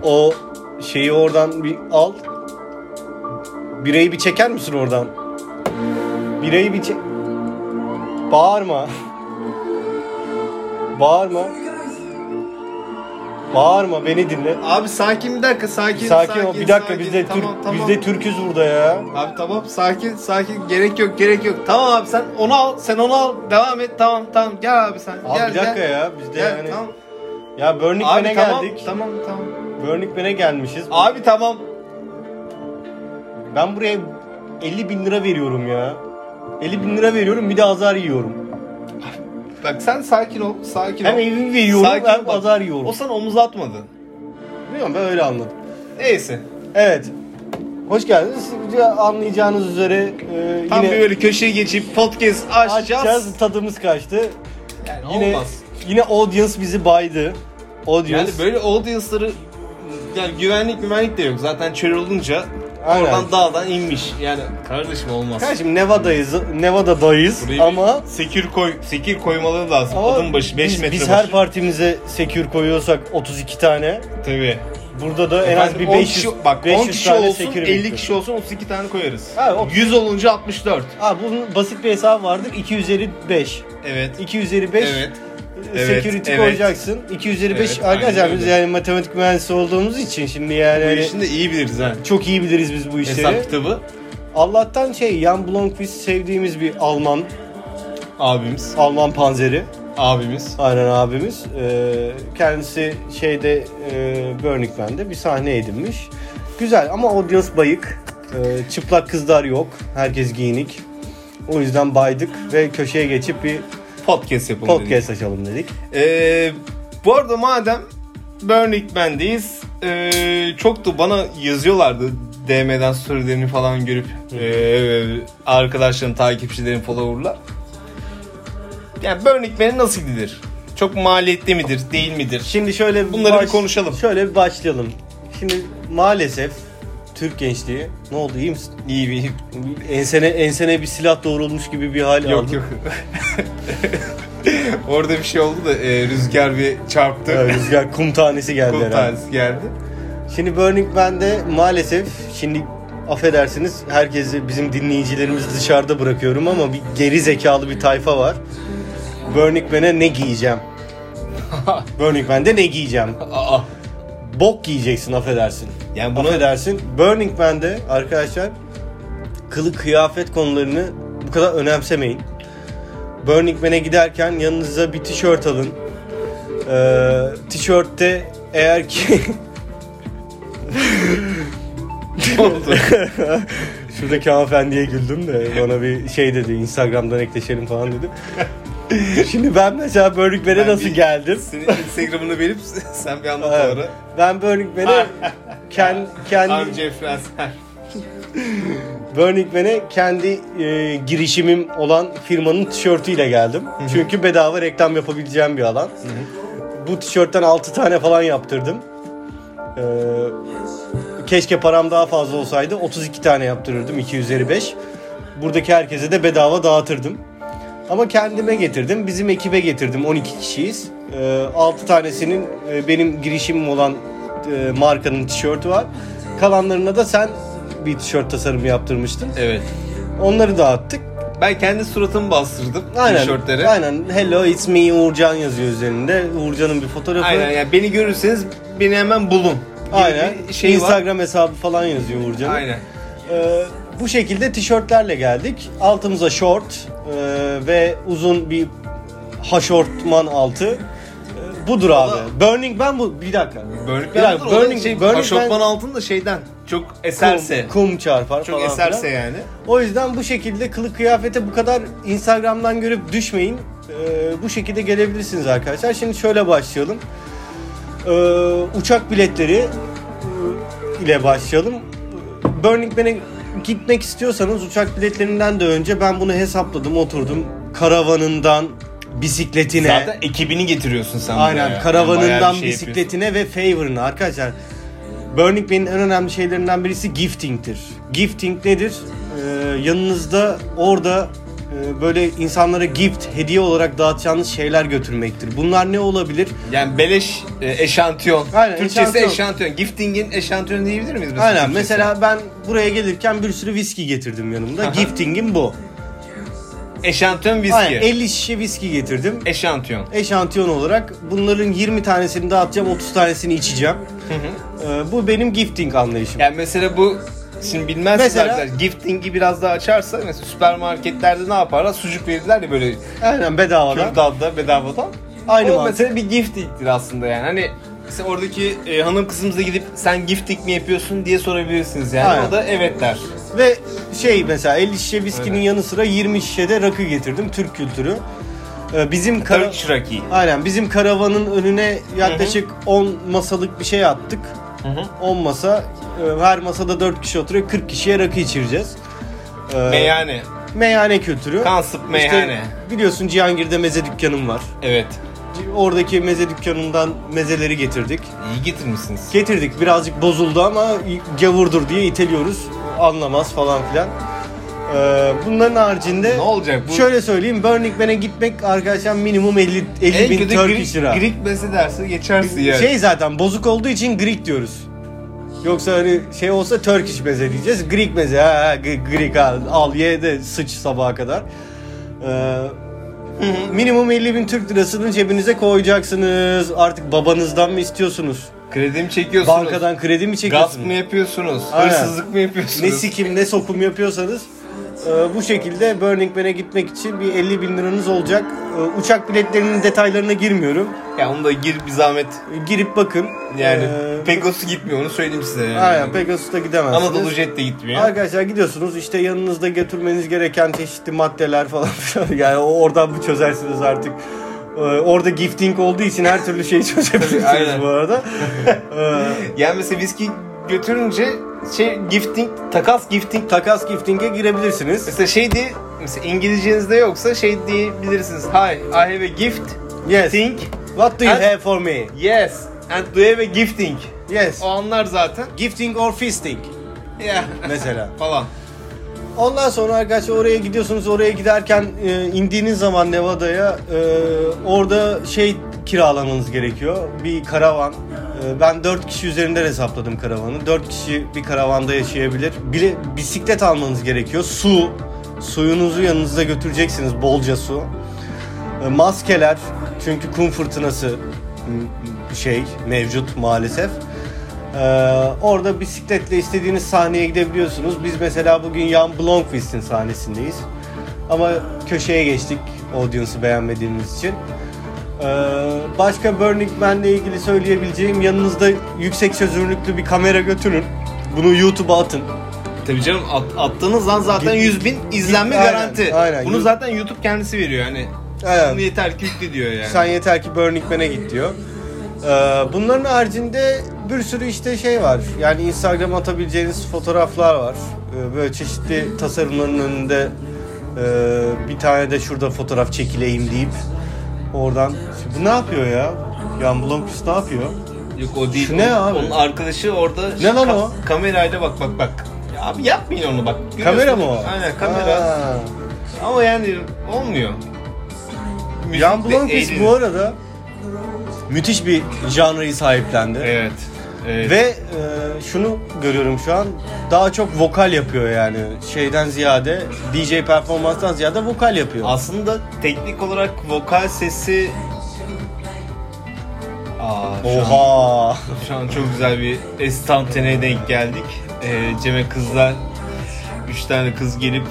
o şeyi oradan bir al. Birayı bir çeker misin oradan? Birayı bir çek... Bağırma. Bağırma. Bağırma, beni dinle. Abi sakin, bir dakika, sakin ol. Bir dakika, sakin. biz de tamam. biz de Türküz burada ya. Abi tamam, sakin, gerek yok. Tamam abi, sen onu al, devam et. Tamam, gel abi sen. Abi gel, bir dakika gel. ya, biz de Gel, yani. tamam. Ya Burning Abi Man'e tamam, geldik. tamam. Burning Man'e gelmişiz. Abi tamam. Ben buraya 50.000 lira veriyorum ya. 50.000 lira veriyorum, bir de azar yiyorum. Bak sen sakin ol. Hem evimi veriyorum, Sakin hem ol. azar yiyorum. O sana omuz atmadı. Bilmiyorum, ben öyle anladım. Neyse. Evet. Hoş geldiniz. Anlayacağınız üzere Tam yine böyle köşeye geçip podcast açacağız. Tadımız kaçtı. Yani Yine olmaz. Yine audience bizi baydı. Yani böyle audience'ları, yani güvenlik de yok. Zaten çöl olunca aynen. Oradan dağdan inmiş. Yani kardeşim olmaz. Kardeşim Nevada'dayız burayı ama sekür koymaları lazım. Adım başı 5 metre biz başı. her partimize sekür koyuyorsak 32 tane. Tabii. Burada da en az bir 500 10 kişi tane olsun, sekür 50 bekliyor. kişi olsun 32 tane koyarız. Ha, 100 olunca 64. Bunun basit bir hesabı vardır. 2 üzeri 5. Evet. 2 üzeri 5. Evet. Security koyacaksın. 2 üzeri 5 Evet, arkadaşlar aynen biz öyle. yani matematik mühendisi olduğumuz için şimdi yani Bu hani işini de iyi biliriz ha. çok iyi biliriz biz bu işleri. Hesap kitabı. Allah'tan Jan Blomqvist sevdiğimiz bir Alman panzeri. Abimiz. Aynen abimiz. Kendisi Burning Man'de bir sahne edinmiş. Güzel ama audience bayık. Çıplak kızlar yok. Herkes giyinik. O yüzden baydık ve köşeye geçip bir podcast açalım dedik. Bu arada madem Burning Man'deyiz, çok da bana yazıyorlardı DM'den storylerini falan görüp arkadaşların, takipçilerin, follower'lar. Yani Burning Man'e nasıl gidilir? Çok maliyetli midir, değil midir? Şimdi şöyle bunları bir konuşalım. Şöyle bir başlayalım. Şimdi maalesef Türk gençliği, ne oldu, iyi misin? İyi. Ensene bir silah doğrulmuş gibi bir hal aldı. Yok. Orada bir şey oldu da rüzgar bir çarptı. Evet, rüzgar kum tanesi geldi herhalde. Kum tanesi geldi. Şimdi Burning Man'de maalesef, şimdi affedersiniz herkesi, bizim dinleyicilerimizi dışarıda bırakıyorum ama bir geri zekalı bir tayfa var. Burning Man'e ne giyeceğim? Burning Man'de ne giyeceğim? Bok giyeceksin, affedersin. Yani bunu affedersin. Burning Man'de arkadaşlar kılık kıyafet konularını bu kadar önemsemeyin. Burning Man'e giderken yanınıza bir tişört alın. Tişörtte eğer ki oldu. Şuradaki hanımefendiye güldüm de bana bir dedi, Instagram'dan ekleşelim falan dedi. Şimdi ben mesela Burning Man'e nasıl geldim? Senin Instagram'ını verip sen bir anlat onları. Ben Burning Man'e kendi Burning Man'e kendi girişimim olan firmanın tişörtüyle geldim. Hı-hı. Çünkü bedava reklam yapabileceğim bir alan. Hı-hı. Bu tişörtten 6 tane falan yaptırdım. Keşke param daha fazla olsaydı 32 tane yaptırırdım, 2 üzeri 5. Buradaki herkese de bedava dağıtırdım. Ama kendime getirdim, bizim ekibe getirdim, 12 kişiyiz. 6 tanesinin benim girişimim olan markanın tişörtü var. Kalanlarına da sen bir tişört tasarımı yaptırmıştın. Evet. Onları dağıttık. Ben kendi suratımı bastırdım tişörtlere. Aynen. Hello it's me Uğurcan yazıyor üzerinde. Uğurcan'ın bir fotoğrafı. Aynen, yani beni görürseniz beni hemen bulun. Aynen. Instagram hesabı falan yazıyor Uğurcan'ın. Aynen. Bu şekilde tişörtlerle geldik. Altımıza şort ve uzun bir haşortman altı. Budur abi. Burning Man bu. Bir dakika. Burning haşortman altında şeyden çok eserse. Kum çarpar çok falan. Çok eserse falan. yani. O yüzden bu şekilde kılık kıyafete bu kadar Instagram'dan görüp düşmeyin. Bu şekilde gelebilirsiniz arkadaşlar. Şimdi şöyle başlayalım. Uçak biletleri ile başlayalım. Burning Man'e gitmek istiyorsanız uçak biletlerinden de önce ben bunu hesapladım, oturdum. Karavanından bisikletine. Zaten ekibini getiriyorsun sen. Aynen. Karavanından bisikletine ve favor'ına. Arkadaşlar Burning Man'in en önemli şeylerinden birisi gifting'tir. Gifting nedir? Yanınızda orada böyle insanlara gift, hediye olarak dağıtacağınız şeyler götürmektir. Bunlar ne olabilir? Yani beleş eşantiyon. Aynen, Türkçesi eşantiyon. Gifting'in eşantiyonu diyebilir miyiz? Aynen. Türkçesi? Mesela ben buraya gelirken bir sürü viski getirdim yanımda. Gifting'im bu. Eşantiyon viski. Aynen. 50 şişe viski getirdim. Eşantiyon. Eşantiyon olarak bunların 20 tanesini dağıtacağım, 30 tanesini içeceğim. Bu benim gifting anlayışım. Yani mesela bu, şimdi bilmezsiniz Mesela- arkadaşlar, gifting'i biraz daha açarsa mesela süpermarketlerde ne yaparlar? Sucuk verirler ya böyle Aynen, bedavadan. kürdanda, bedavadan. Aynı o mantık. mesela bir gifting'tir aslında yani. Hani mesela oradaki hanım kızımıza gidip sen gifting mi yapıyorsun diye sorabilirsiniz yani. Aynen. O da evet der. Ve mesela 50 şişe viskinin Evet. yanı sıra 20 şişe de rakı getirdim. Türk kültürü. Bizim Turkish Raki. Aynen, bizim karavanın önüne yaklaşık 10 masalık bir şey attık. 10 masa. Her masada 4 kişi oturuyor. 40 kişiye rakı içireceğiz. Meyhane. Meyhane kültürü. Kansıp meyhane. İşte biliyorsun Cihangir'de meze dükkanım var. Evet. Oradaki meze dükkanından mezeleri getirdik. İyi getirmişsiniz. Getirdik. Birazcık bozuldu ama gavurdur diye iteliyoruz. Anlamaz falan filan. Bunların haricinde Ne olacak bu? şöyle söyleyeyim, Burning Man'e gitmek arkadaşlar minimum 50 En bin kötü Turkish lira. Greek meze dersi geçersin yani. Şey zaten bozuk olduğu için Greek diyoruz. Yoksa hani şey olsa Turkish meze diyeceğiz. Greek meze. Greek al ye de sıç sabaha kadar. Minimum 50 bin Türk lirasını cebinize koyacaksınız. Artık babanızdan mı istiyorsunuz? Kredi mi çekiyorsunuz? Bankadan kredi mi Gasp çekiyorsunuz? mı yapıyorsunuz? Aynen. Hırsızlık mı yapıyorsunuz? Ne sikim ne sokum yapıyorsanız bu şekilde Burning Man'e gitmek için bir 50 bin liranız olacak. Uçak biletlerinin detaylarına girmiyorum. Ya onu da gir bir zahmet. Girip bakın. Yani Pegasus gitmiyor, onu söyleyeyim size yani. Aynen, Pegasus'ta gidemezsiniz. Anadolu Jet de gitmiyor. Arkadaşlar gidiyorsunuz, işte yanınızda götürmeniz gereken çeşitli maddeler falan filan. Yani oradan bir çözersiniz artık. Orada gifting olduğu için her türlü şeyi çözebilirsiniz Aynen. bu arada. Yani mesela viski götürünce gifting, takas gifting. Takas gifting'e girebilirsiniz. Mesela mesela İngilizcenizde yoksa diyebilirsiniz. Hi, I have a gift. Yes. Think. What do you And- have for me? Yes. And do you have a gifting? Yes. O anlar zaten. Gifting or fisting Ya. mesela. Falan. Ondan sonra arkadaşlar oraya gidiyorsunuz. Oraya giderken indiğiniz zaman Nevada'ya orada kiralamanız gerekiyor. Bir karavan. Ben 4 kişi üzerinden hesapladım karavanı. 4 kişi bir karavanda yaşayabilir. Bisiklet almanız gerekiyor. Suyunuzu yanınızda götüreceksiniz. Bolca su. Maskeler. Çünkü kum fırtınası mevcut maalesef. Orada bisikletle istediğiniz sahneye gidebiliyorsunuz. Biz mesela bugün Jan Blomqvist'in sahnesindeyiz. Ama köşeye geçtik audience'ı beğenmediğimiz için. Başka Burning Man'le ilgili söyleyebileceğim, yanınızda yüksek çözünürlüklü bir kamera götürün. Bunu YouTube'a atın. Tabii canım, attığınız an zaten 100.000 izlenme Aynen, garanti. aynen. Bunu zaten YouTube kendisi veriyor yani. Evet. Bunu yeter ki yükle diyor yani. Sen yeter ki Burning Man'e git diyor. Bunların haricinde bir sürü var. Yani Instagram'a atabileceğiniz fotoğraflar var. Böyle çeşitli tasarımların önünde bir tane de şurada fotoğraf çekileyim deyip oradan. Bu ne yapıyor ya? Jan Blomqvist ne yapıyor? Yok o değil. Şu ne abi? Onun arkadaşı orada Ne lan o? kamerayla bak. Ya abi yapmayın onu bak. Kamera mı o? Aynen, kamera. Ha. Ama yani olmuyor. Jan Müzik de Blomqvist eğlenin. bu arada müthiş bir janrayı sahiplendi. Evet. Evet. Ve şunu görüyorum şu an, daha çok vokal yapıyor yani. Şeyden ziyade, DJ performanstan ziyade vokal yapıyor. Aslında teknik olarak vokal sesi Oha! Şu an çok güzel bir estanteneye denk geldik. Cem'e kızlar 3 tane kız gelip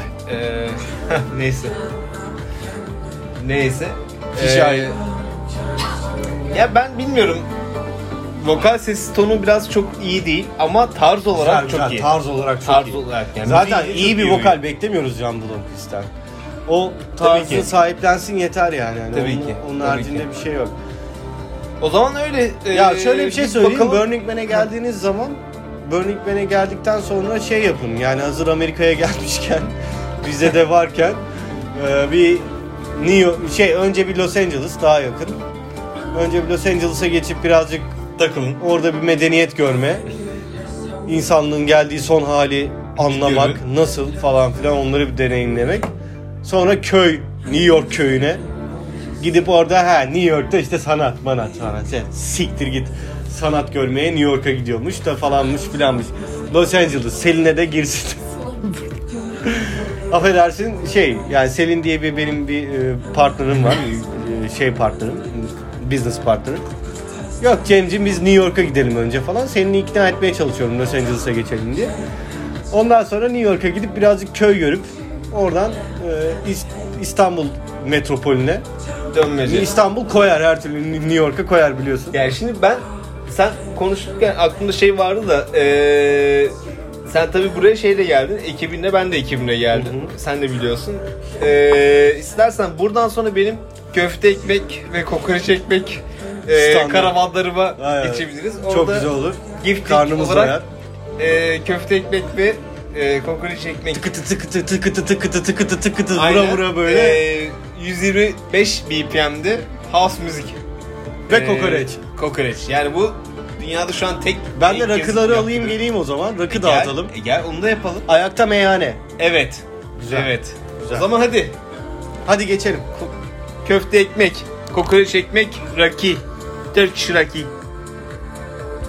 neyse. Şahit. Ya ben bilmiyorum. Vokal sesi tonu biraz çok iyi değil ama tarz olarak çok iyi. Tarz olarak çok Tarz iyi. olarak yani. Zaten müziği iyi bir çok vokal beklemiyoruz Jan Blomqvist'ten. O Tabii tarzı ki. sahiplensin yeter yani. Tabii ki. Onun Tabii haricinde ki. bir şey yok. O zaman öyle. Ya şöyle bir şey söyleyeyim. bakalım. Burning Man'e geldiğiniz zaman, Burning Man'e geldikten sonra yapın. Yani hazır Amerika'ya gelmişken, Rize'de varken bir önce bir Los Angeles daha yakın. Önce bir Los Angeles'a geçip birazcık takılın. orada bir medeniyet görme. İnsanlığın geldiği son hali anlamak, nasıl falan filan, onları bir deneyimlemek. Sonra köy, New York köyüne. Gidip orada New York'ta işte sanat. Siktir git. Sanat görmeye New York'a gidiyormuş da falanmış filanmış. Los Angeles, Selin'e de girsin. Affedersin yani Selin diye benim bir partnerim var. Partnerim. Business partnerim. Yok Cem'ciğim biz New York'a gidelim önce falan. Selin'i ikna etmeye çalışıyorum Los Angeles'a geçelim diye. Ondan sonra New York'a gidip birazcık köy görüp oradan İstanbul metropolüne dönmece. İstanbul koyar her türlü New York'a koyar biliyorsun. Yani şimdi sen konuşurken aklımda vardı da sen tabii buraya geldin. Ekibinle ben de ekibimle geldim. Hı-hı. Sen de biliyorsun. İstersen buradan sonra benim köfte ekmek ve kokoreç ekmek karavanlarıma geçebiliriz. Orada çok güzel olur. Karnımız olarak köfte ekmek ve kokoreç ekmek tıkıtı vura böyle 125 BPM'de house müzik ve kokoreç. Yani bu dünyada şu an tek. Ben de rakıları alayım geleyim o zaman. Rakı dağıtalım. Gel onu da yapalım. Ayakta meyhane. Evet. Güzel. Evet. Güzel. O zaman hadi geçelim. Köfte ekmek, kokoreç ekmek, rakı. Turkish rakı.